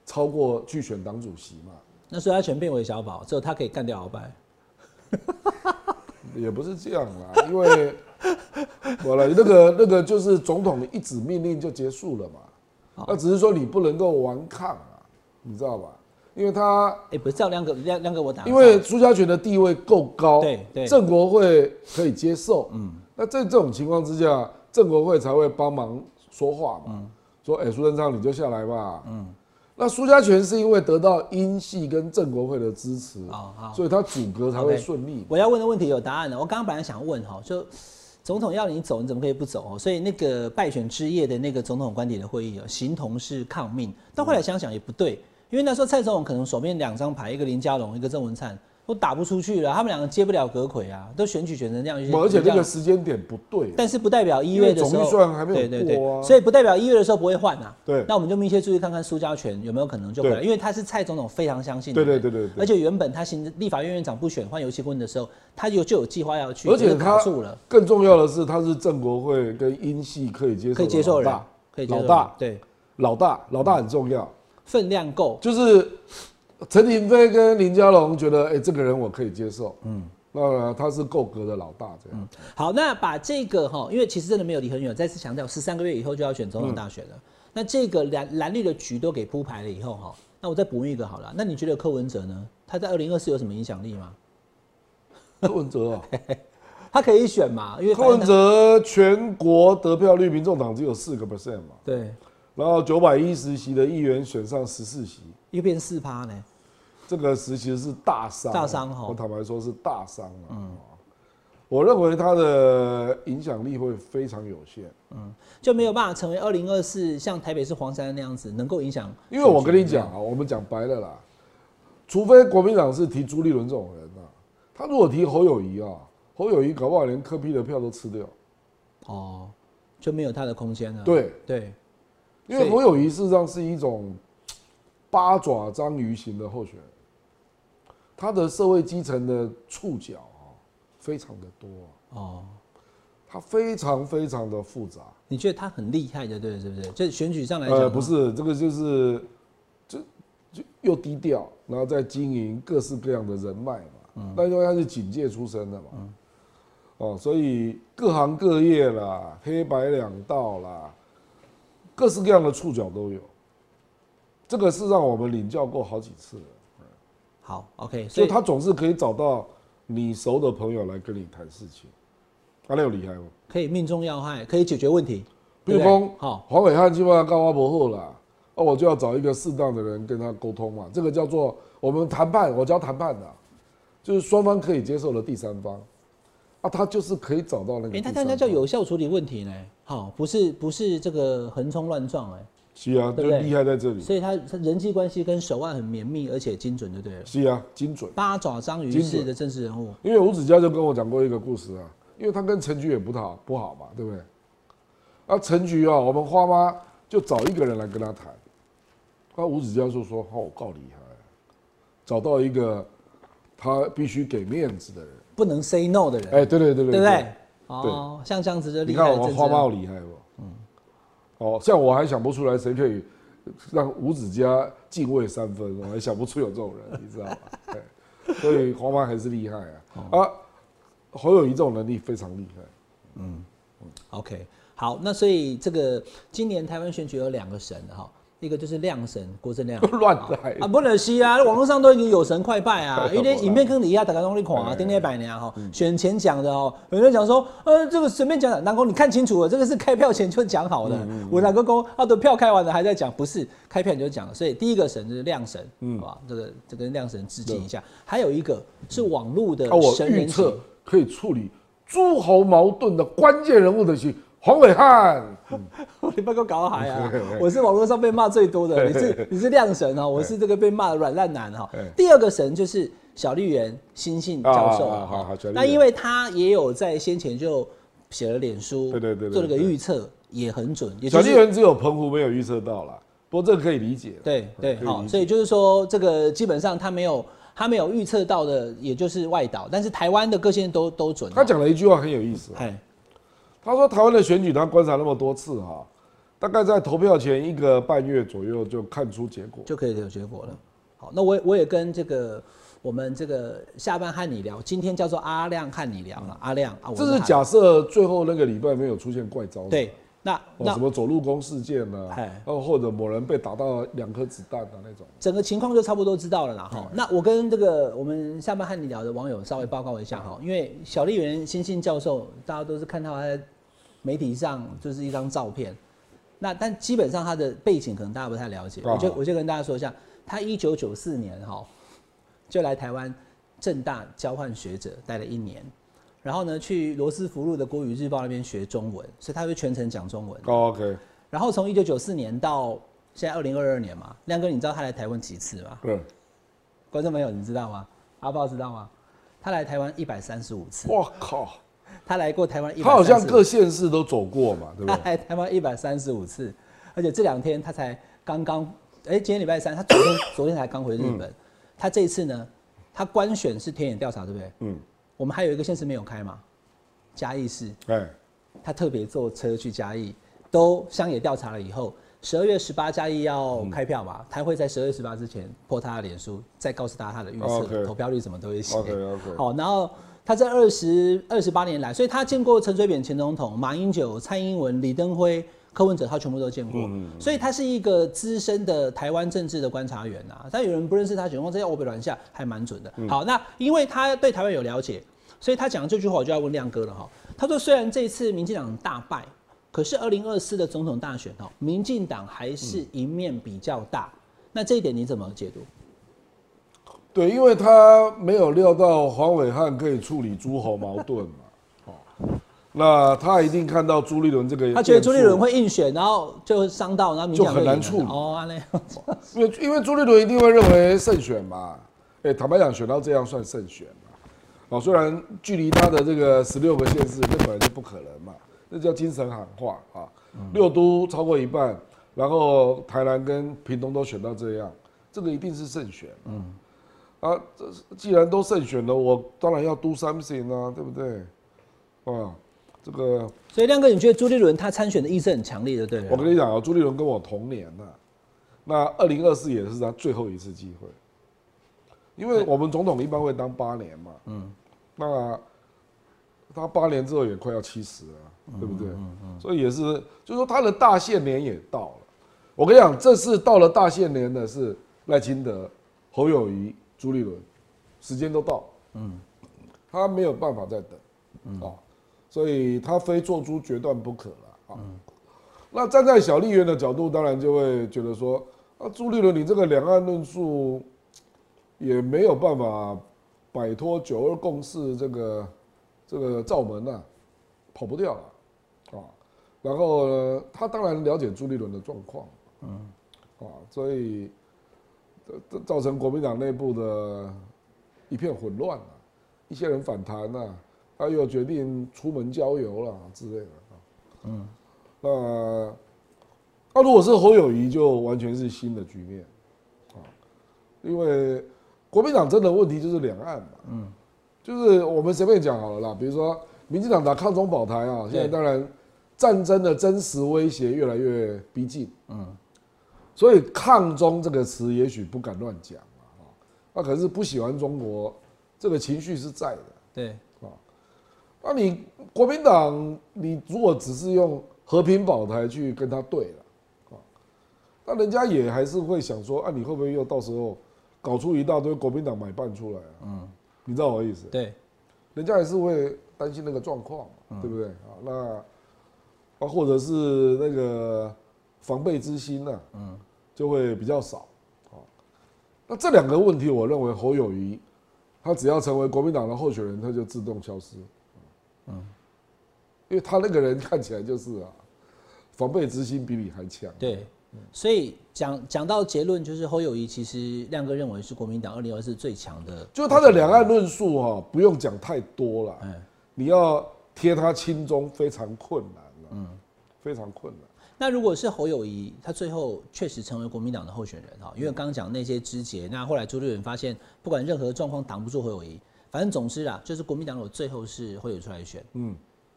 超过去选党主席嘛。 那所以他全变韦小宝，只有他可以干掉鳌拜。 也不是这样啦，因为完了那个就是总统一纸命令就结束了嘛。那只是说你不能够顽抗啊，你知道吧？因为他不是这样亮哥我打， 因为苏家全的地位够高， 对， 郑国会可以接受，那在这种情况之下，郑国会才会帮忙说话嘛，说苏贞昌你就下来吧，那苏家全是因为得到英系跟郑国会的支持，所以他阻隔才会顺利。 我要问的问题有答案了，我刚刚本来想问哈，就总统要你走，你怎么可以不走？所以那个败选之夜的那个总统官邸的会议形同是抗命，但后来想想也不对，因为那时候蔡总统可能手边2张牌，一个林佳龙，一个郑文灿。都打不出去了，他们2个接不了阁揆啊，都选举选成这样， 而且那个时间点不对， 但是不代表1月的时候总预算还没有过啊， 所以不代表1月的时候不会换啊。 对， 那我们就密切注意看看苏家全有没有可能就回来，因为他是蔡总统非常相信的， 对， 而且原本他立法院院长不选换游锡堃的时候，他就有计划要去， 而且他住了。 更重要的是，他是郑国会跟英系可以接受的老大， 可以接受老大， 对， 老大很重要， 分量够， 就是。陈廷飞跟林佳龙觉得，这个人我可以接受，那他是够格的老大，这样。 好，那把这个因为其实真的没有离很远，再次强调，13个月以后就要选总统大选了。那这个蓝绿的局都给铺排了以后，那我再补一个好了。那你觉得柯文哲呢？他在2024有什么影响力吗？ 柯文哲啊， 他可以选嘛？因为柯文哲全国得票率，民众党只有4%嘛， 对。 然后910席的议员选上14席， 又变4%呢？ 这个其实是大伤，我坦白说是大伤我认为他的影响力会非常有限， 就没有办法成为2024像台北市黄珊那样子能够影响。 因为我跟你讲啊，我们讲白了啦，除非国民党是提朱立伦这种人啊，他如果提侯友宜啊，侯友宜搞不好连柯 P 的票都吃掉， 就没有他的空间了。 对。因为侯友宜事实上是一种八爪章鱼型的候选人，他的社会基层的触角非常的多他非常非常的复杂。 你觉得他很厉害的，对，是不是？就选举上来讲， 不是这个就是就又低调，然后再经营各式各样的人脉嘛。那因为他是警界出身的嘛，所以各行各业啦，黑白两道啦。各式各样的触角都有，这个是让我们领教过好几次了。 好 ，OK， 所以他总是可以找到你熟的朋友来跟你谈事情，他那有厉害吗？ 可以命中要害，可以解决问题。 比如说，黄伟汉基本上告我不后啦，我就要找一个适当的人跟他沟通嘛，这个叫做我们谈判，我教谈判的，就是双方可以接受的第三方。他就是可以找到那个。 他这样叫有效处理问题呢，不是这个横冲乱撞是啊，就厉害在这里。 所以他人际关系跟手腕很绵密，而且精准，就对了。 是啊，精准。 八爪章鱼式的政治人物。 因为吴子嘉就跟我讲过一个故事啊，因为他跟陈菊也不好嘛，对不对？陈菊我们花妈就找一个人来跟他谈，吴子嘉就说：“我够厉害，找到一个他必须给面子的人。”不能 say no 的人， 对不对？ 像这样子就厉害。 你看我花妈好厉害不？像我还想不出来谁可以让吴子嘉敬畏3分，我还想不出有这种人，你知道吗？所以花妈还是厉害侯友宜这种能力非常厉害。 OK， 好，那所以这个今年台湾选举有2个神一个就是亮神郭正亮， 乱来不能是啊，网络上都已经有神快拜啊，因为影片坑底下大家都在看啊，天天摆年选前讲的有人讲说，这个随便讲，南宫你看清楚了，这个是开票前就讲好的，我哪个公的票开完了还在讲，不是开票你就讲了，所以第一个神就是亮神，好吧，这跟亮神致敬一下，还有一个是网络的神人预测可以处理诸侯矛盾的关键人物的是黄伟汉， 你不要给我搞到海啊！我是网络上被骂最多的，你是亮神我是这个被骂的软烂男第二个神就是小笠原欣幸教授那因为他也有在先前就写了脸书，对，做了个预测，也很准。 小笠原只有澎湖没有预测到啦，不过这个可以理解。 对，好，所以就是说这个基本上他没有预测到的，也就是外岛，但是台湾的各县都准。 他讲了一句话很有意思，他说台湾的选举他观察那么多次大概在投票前1个半月左右就看出结果， 就可以有结果了。好，那我也跟这个我们这个下班和你聊，今天叫做阿亮和你聊了，阿亮啊， 这是假设最后那个礼拜没有出现怪招。 对，那什么走路工事件啊，或者某人被打到2颗子弹啊那种， 整个情况就差不多知道了啦。哈，那我跟这个我们下班和你聊的网友稍微报告一下哈，因为小笠原欣幸教授，大家都是看到他在媒体上就是一张照片，但基本上他的背景可能大家不太了解，我就跟大家说一下，他1994年哈就来台湾政大交换学者待了1年。然后呢，去罗斯福路的国语日报那边学中文，所以他会全程讲中文。 OK。 然后从1994年到现在2022年嘛，亮哥，你知道他来台湾几次吗？ 对。 观众朋友，你知道吗？阿豹知道吗？他来台湾135次。 哇靠！ 他来过台湾135次。 他好像各县市都走过嘛，对不对？ 他来台湾135次，而且这2天他才刚刚，今天礼拜3，他昨天才刚回日本。他这一次呢，他官选是田野调查，对不对？我们还有一个县市没有开嘛，嘉义市。他特别坐车去嘉义，都乡野调查了以后，12月18嘉义要开票嘛，他会在12月18之前破他的脸书，再告诉大家他的预测，投票率什么都会写。好，然后他这28年来，所以他见过陈水扁前总统、马英九、蔡英文、李登辉、柯文哲，他全部都见过，所以他是一个资深的台湾政治的观察员啊。但有人不认识他，情况这些欧北乱下还蛮准的。好，那因为他对台湾有了解，所以他讲这句话我就要问亮哥了哈。他说，虽然这一次民进党大败，可是2024的总统大选哦，民进党还是赢面比较大。那这一点你怎么解读？ 对，因为他没有料到黄伟汉可以处理诸侯矛盾嘛，那他一定看到朱立伦这个， 他觉得朱立伦会硬选，然后就伤到，然后民进党就很难处理哦， 因为朱立伦一定会认为胜选嘛，坦白讲，选到这样算胜选嘛，虽然距离他的这个16个县市，那本来就不可能嘛，那叫精神喊话啊，6都超过一半，然后台南跟屏东都选到这样，这个一定是胜选，既然都胜选了，我当然要 do something 啊，对不对？这个， 所以亮哥，你觉得朱立伦他参选的意识很强烈的，对？ 我跟你讲朱立伦跟我同年那2024也是他最后一次机会，因为我们总统一般会当8年嘛，那他8年之后也快要70了，对不对？所以也是，就是说他的大限年也到了。我跟你讲，这次到了大限年的是赖清德、侯友宜、朱立伦，时间都到，他没有办法再等，所以他非做出决断不可了啊。那站在小笠原的角度，当然就会觉得说，朱立伦你这个两岸论述也没有办法摆脱9·2共识这个罩门跑不掉了然后呢，他当然了解朱立伦的状况，所以造成国民党内部的一片混乱一些人反弹他又决定出门郊游了之类的那如果是侯友宜，就完全是新的局面因为国民党真的问题就是两岸嘛，就是我们随便讲好了啦，比如说民进党打抗中保台现在当然战争的真实威胁越来越逼近，所以抗中这个词也许不敢乱讲那可是不喜欢中国这个情绪是在的， 对那你国民党，你如果只是用和平保台去跟他对了那人家也还是会想说你会不会又到时候搞出一大堆国民党买办出来你知道我的意思？ 对， 人家还是会担心那个状况，对不对那或者是那个防备之心就会比较少那这2个问题，我认为侯友宜他只要成为国民党的候选人，他就自动消失，因为他那个人看起来就是防备之心比你还强。 对，所以讲到结论，就是侯友宜其实亮哥认为是国民党2024最强的， 就是他的两岸论述不用讲太多了，你要贴他亲中非常困难非常困难。 那如果是侯友宜，他最后确实成为国民党的候选人因为刚刚讲那些枝节，那后来朱立伦发现，不管任何状况挡不住侯友宜，反正总之就是国民党如果最后是会有出来选，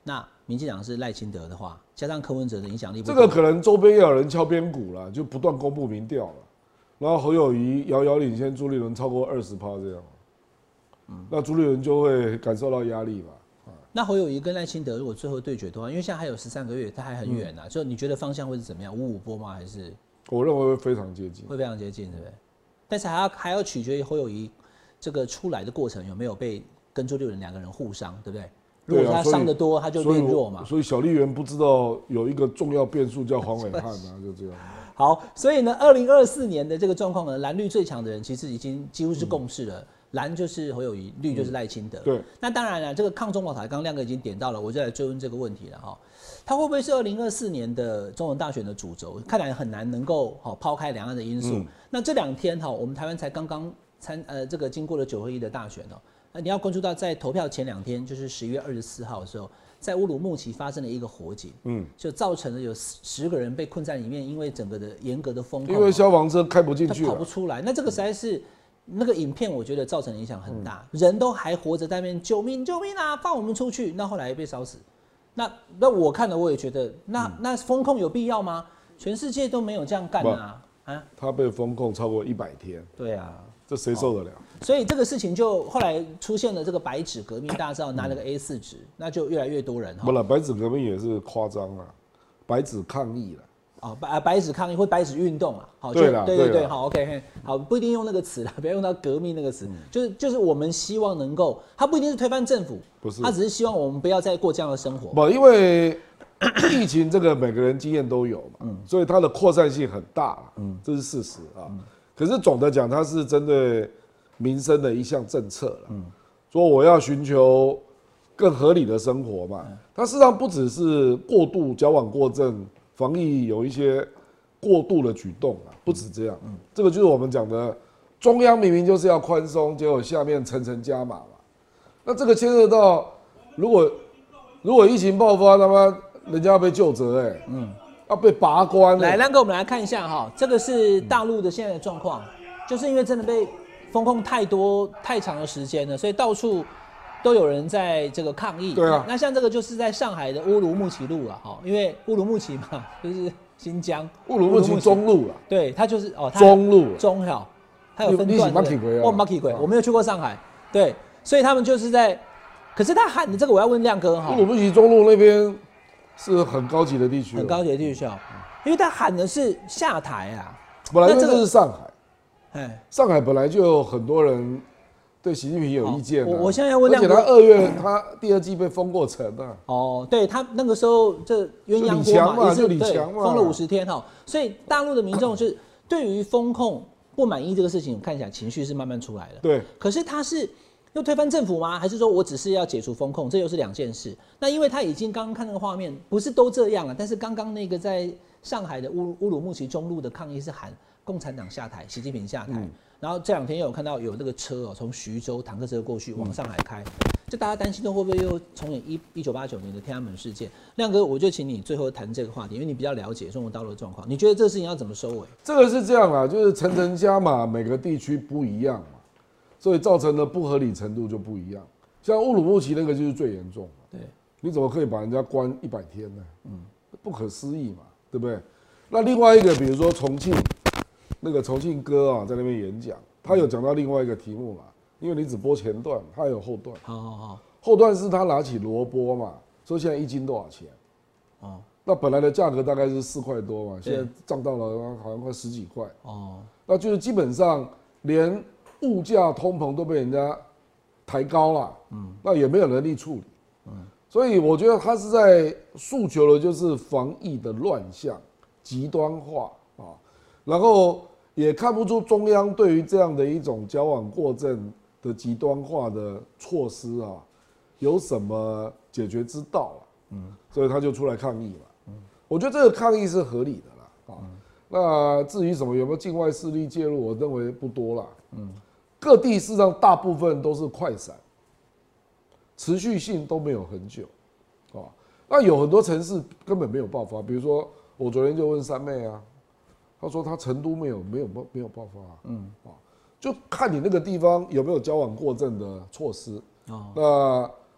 那民进党是赖清德的话，加上柯文哲的影响力， 这个可能周边也有人敲边鼓了，就不断公布民调了。然后侯友宜遥遥领先朱立伦超过20%这样，那朱立伦就会感受到压力吧。 那侯友宜跟赖清德如果最后对决的话，因为现在还有13个月，他还很远啊，就你觉得方向会是怎么样？5-5波吗？还是？ 我认为会非常接近， 会非常接近，对不对？但是还要取决于侯友宜这个出来的过程有没有被跟朱立伦2个人互伤，对不对？如果他伤得多，他就变弱嘛。 所以小笠原不知道有一个重要变数叫黄伟汉啊，就这样。 好，所以呢，2024年的这个状况呢，蓝绿最强的人其实已经几乎是共识了。蓝就是侯友宜，绿就是赖清德。 对，那当然了，这个抗中保台，刚刚亮哥已经点到了，我就来追问这个问题了哈。他会不会是2024年的总统大选的主轴？看来很难能够抛开两岸的因素。那这2天我们台湾才刚刚这个经过了9合1的大选那你要关注到在投票前2天，就是11月24号的时候，在乌鲁木齐发生了一个火警，就造成了有10个人被困在里面，因为整个的严格的封控， 因为消防车开不进去， 跑不出来。那这个实在是。那个影片我觉得造成的影响很大，人都还活着在那边救命救命啊，放我们出去，那后来被烧死。那我看了我也觉得，那封控有必要吗？全世界都没有这样干啊！ 他被封控超过100天， 对啊， 这谁受得了？ 所以这个事情就后来出现了这个白纸革命，大家知道拿了个 A4 纸，那就越来越多人不了，白纸革命也是夸张啊，白纸抗议了。 白纸抗议或白纸运动啊，好，对，好 ，OK， 好，不一定用那个词啦，不要用到革命那个词，就是我们希望能够，他不一定是推翻政府， 不是， 他只是希望我们不要再过这样的生活。 不，因为疫情这个每个人经验都有嘛，所以它的扩散性很大，这是事实啊。可是总的讲，它是针对民生的一项政策了，说我要寻求更合理的生活嘛，它事实上不只是过度矫枉过正。防疫有一些过度的举动啊，不止这样，这个就是我们讲的，中央明明就是要宽松，结果下面层层加码嘛。那这个牵涉到，如果疫情爆发，他妈人家要被究责要被拔关。 来，亮哥，我们来看一下哈，这个是大陆的现在的状况，就是因为真的被封控太长的时间了，所以到处。都有人在这个抗议， 对啊。 那像这个就是在上海的乌鲁木齐路了，因为乌鲁木齐嘛，就是新疆乌鲁木齐中路了， 对，它就是中路中好，它有分段的。我没有去过上海，对，所以他们就是在，可是他喊的这个我要问亮哥乌鲁木齐中路那边是很高级的地区， 很高级的地区因为他喊的是下台啊， 本来就是上海，上海本来就有很多人。对习近平有意见我现在要问亮哥， 而且他2月他第2季被封过城啊。 对他那个时候这鸳鸯锅嘛，也是对封了50天所以大陆的民众是对于封控不满意这个事情，看起来情绪是慢慢出来了。 对， 可是他是要推翻政府吗？还是说我只是要解除封控？这又是2件事。那因为他已经刚刚看那个画面，不是都这样了，但是刚刚那个在上海的乌鲁木齐中路的抗议是喊共产党下台，习近平下台。然后这2天又有看到有那个车从徐州坦克车过去往上海开，就大家担心的会不会又重演1989年的天安门事件？亮哥，我就请你最后谈这个话题，因为你比较了解中国大陆的状况，你觉得这个事情要怎么收尾？ 这个是这样啦，就是层层加码，每个地区不一样嘛，所以造成的不合理程度就不一样。像乌鲁木齐那个就是最严重嘛， 对， 你怎么可以把人家关100天呢？不可思议嘛，对不对？那另外一个，比如说重庆。那个重庆哥在那边演讲，他有讲到另外一个题目嘛，因为你只播前段，他有后段。 好， 后段是他拿起萝卜嘛，说现在1斤多少钱？那本来的价格大概是4块多嘛，现在涨到了好像快10几块。那就是基本上连物价通膨都被人家抬高了，那也没有能力处理。所以我觉得他是在诉求的就是防疫的乱象、极端化然后也看不出中央对于这样的一种矫枉过正的极端化的措施有什么解决之道所以他就出来抗议嘛。我觉得这个抗议是合理的啦那至于什么有没有境外势力介入，我认为不多啦。各地事实上大部分都是快闪，持续性都没有很久那有很多城市根本没有爆发，比如说我昨天就问三妹他说他成都没有爆发就看你那个地方有没有矫枉过正的措施那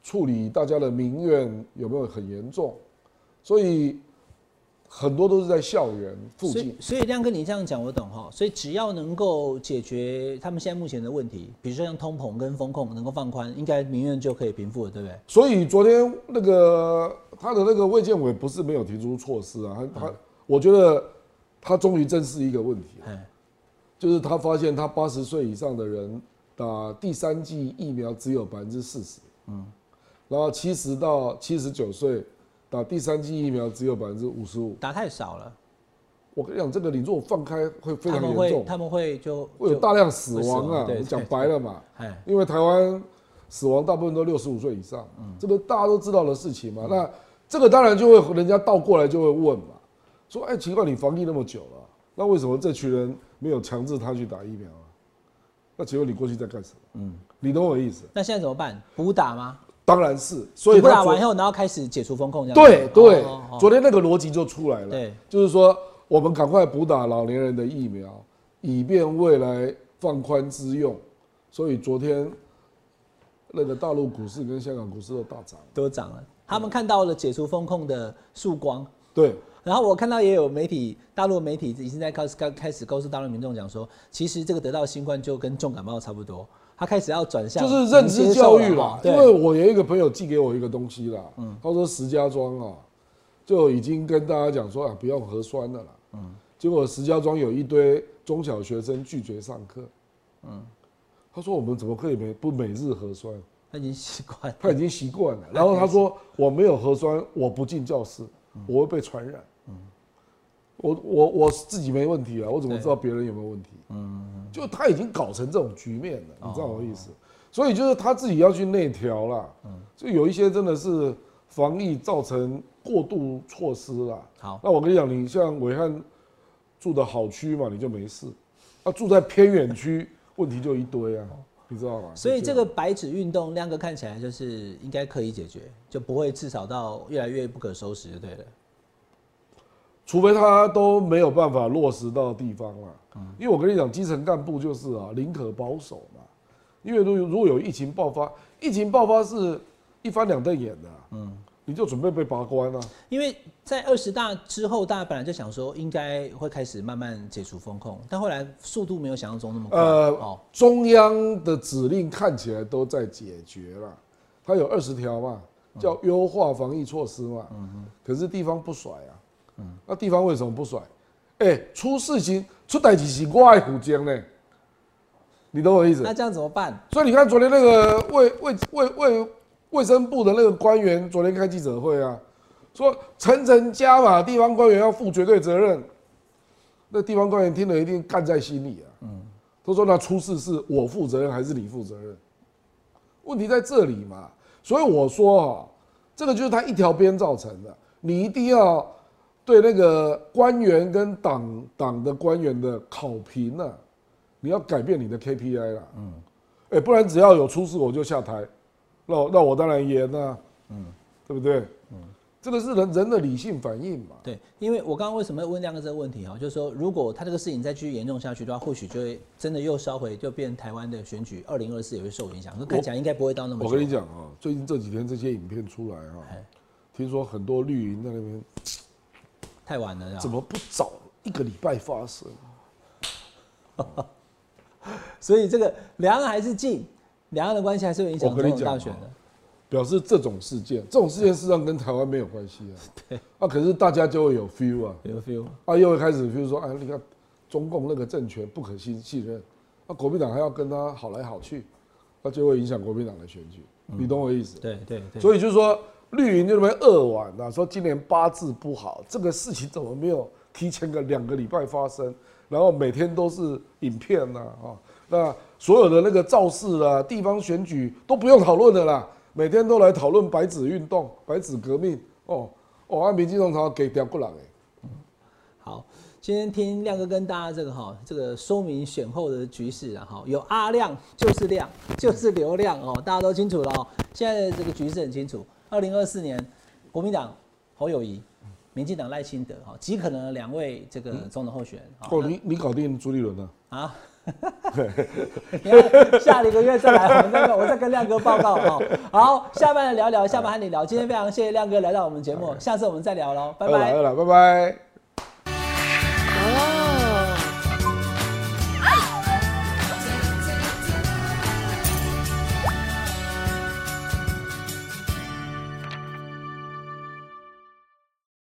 处理大家的民怨有没有很严重，所以很多都是在校园附近。 所以亮哥你这样讲我懂哈，所以只要能够解决他们现在目前的问题，比如说像通膨跟风控能够放宽，应该民怨就可以平复了，对不对？ 所以昨天那个他的那个卫健委不是没有提出措施啊，我觉得他终于正视一个问题，就是他发现他80岁以上的人打第3剂疫苗只有40%，然后70到79岁打第3剂疫苗只有55%， 打太少了。 我跟你讲，这个你如果放开会非常严重， 他们会会有大量死亡啊。我讲白了嘛，因为台湾死亡大部分都65岁以上，这个大家都知道的事情嘛。那这个当然就会人家倒过来就会问嘛，说哎，奇怪，你防疫那么久了，那为什么这群人没有强制他去打疫苗啊？那请问你过去在干什么？你懂我意思？ 那现在怎么办？补打吗？ 当然是，所以补打完以后，然后开始解除风控，这样对，昨天那个逻辑就出来了， 对， 就是说我们赶快补打老年人的疫苗，以便未来放宽之用。所以昨天那个大陆股市跟香港股市都涨了， 他们看到了解除风控的曙光。 对。 然后我看到也有媒体，大陆媒体已经在开始告诉大陆民众讲说，其实这个得到新冠就跟重感冒差不多，他开始要转向就是认知教育啦。因为我有一个朋友寄给我一个东西啦，他说石家庄啊，就已经跟大家讲说啊，不用核酸了啦。结果石家庄有一堆中小学生拒绝上课。他说我们怎么可以不每日核酸？ 他已经习惯了。 然后他说我没有核酸，我不进教室，我会被传染。我自己没问题啊，我怎么知道别人有没有问题？就他已经搞成这种局面了，你知道我意思？所以就是他自己要去内调啦。就有一些真的是防疫造成过度措施啦。 好， 那我跟你讲，你像暐瀚住的好区嘛，你就没事；住在偏远区，问题就一堆啊，你知道吗？ 所以这个白纸运动，亮哥看起来就是应该可以解决，就不会至少到越来越不可收拾就对了。 除非他都没有办法落实到地方了，因为我跟你讲，基层干部就是啊，宁可保守嘛。因为如果有疫情爆发是一翻两瞪眼的，你就准备被拔关啊。 因为在20大之后，大家本来就想说应该会开始慢慢解除风控，但后来速度没有想象中那么快。 中央的指令看起来都在解决了，它有20条嘛，叫优化防疫措施嘛，可是地方不甩啊。那地方为什么不甩？出事情出代志是我的负责呢，你懂我意思？ 那这样怎么办？ 所以你看昨天那个卫生部的那个官员昨天开记者会啊，说层加码，地方官员要负绝对责任。那地方官员听了一定干在心里啊。他说那出事是我负责任还是你负责任？问题在这里嘛。所以我说这个就是他一条边造成的，你一定要对那个官员跟党的官员的考评啊，你要改变你的 KPI 啦。不然只要有出事我就下台，那我当然严啊，对不对？这个是人的理性反应嘛。 对，因为我刚刚为什么问亮哥这个问题就是说，如果他这个事情再继续严重下去的话，或许就会真的又烧回，就变台湾的选举2024也会受影响。可看起来应该不会到那么久。 我跟你讲最近这几天这些影片出来听说很多绿营在那边。 太晚了， 怎么不早1个礼拜发生？ 所以这个两岸还是近，两岸的关系还是有影响总统大选的。 表示这种事件事实上跟台湾没有关系啊。 对。 可是大家就会有 feel 啊， 有 feel 又会开始，比如说你看中共那个政权不可信任，国民党还要跟他好来好去，就会影响国民党的选举。你懂我意思？ 对。 所以就是说。绿营就那边扼腕啊，说今年八字不好，这个事情怎么没有提前2个礼拜发生？然后每天都是影片那所有的那个造势啦、地方选举都不用讨论的啦，每天都来讨论白纸运动、白纸革命民进党才给调过来好，今天听亮哥跟大家这个说明选后的局势有阿亮就是亮，就是流量大家都清楚了现在的这个局势很清楚。2024年，国民党侯友宜，民进党赖清德极可能的2位这个总统候选人。 你搞定朱立伦了你看下一个月再来，我再跟亮哥报告哦。好，下半聊聊，下半和你聊。今天非常谢谢亮哥来到我们节目，下次我们再聊喽，拜拜。 拜拜。